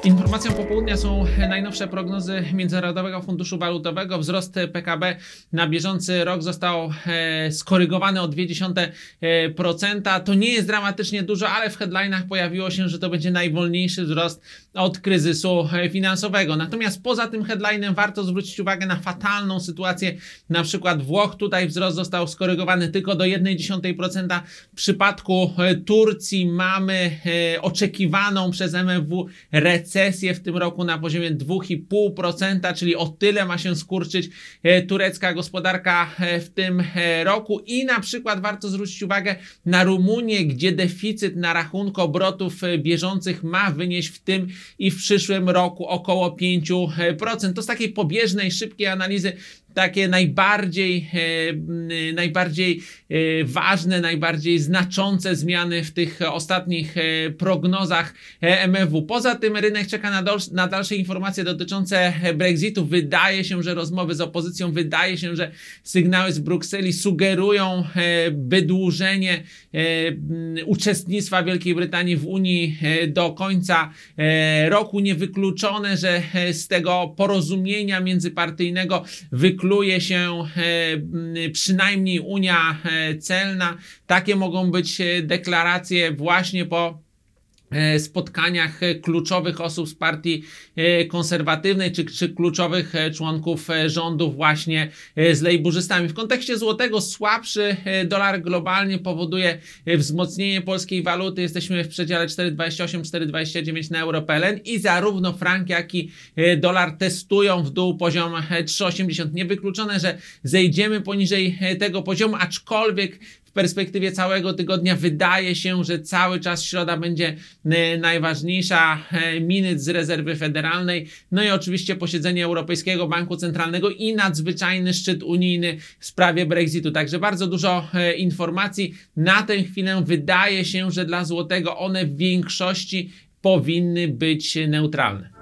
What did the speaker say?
Informacją popołudnia są najnowsze prognozy Międzynarodowego Funduszu Walutowego. Wzrost PKB na bieżący rok został skorygowany o 0,2%. To nie jest dramatycznie dużo, ale w headline'ach pojawiło się, że to będzie najwolniejszy wzrost od kryzysu finansowego. Natomiast poza tym headline'em warto zwrócić uwagę na fatalną sytuację na przykład Włoch. Tutaj wzrost został skorygowany tylko do 0,1%. W przypadku Turcji mamy oczekiwaną przez MFW recesję w tym roku na poziomie 2,5%, czyli o tyle ma się skurczyć turecka gospodarka w tym roku. I na przykład warto zwrócić uwagę na Rumunię, gdzie deficyt na rachunku obrotów bieżących ma wynieść w tym i w przyszłym roku około 5%. To z takiej pobieżnej, szybkiej analizy takie najbardziej ważne, najbardziej znaczące zmiany w tych ostatnich prognozach MFW. Poza tym rynek czeka na dalsze informacje dotyczące Brexitu. Wydaje się, że rozmowy z opozycją, wydaje się, że sygnały z Brukseli sugerują wydłużenie uczestnictwa Wielkiej Brytanii w Unii do końca roku. Niewykluczone, że z tego porozumienia międzypartyjnego wykluje się przynajmniej Unia celna. Takie mogą być deklaracje właśnie po spotkaniach kluczowych osób z partii konserwatywnej, czy kluczowych członków rządów właśnie z lejburzystami. W kontekście złotego słabszy dolar globalnie powoduje wzmocnienie polskiej waluty. Jesteśmy w przedziale 4,28-4,29 na euro PLN i zarówno frank, jak i dolar testują w dół poziom 3,80. Niewykluczone, że zejdziemy poniżej tego poziomu, aczkolwiek w perspektywie całego tygodnia wydaje się, że cały czas środa będzie najważniejsza, minut z rezerwy federalnej, no i oczywiście posiedzenie Europejskiego Banku Centralnego i nadzwyczajny szczyt unijny w sprawie Brexitu. Także bardzo dużo informacji. Na tę chwilę wydaje się, że dla złotego one w większości powinny być neutralne.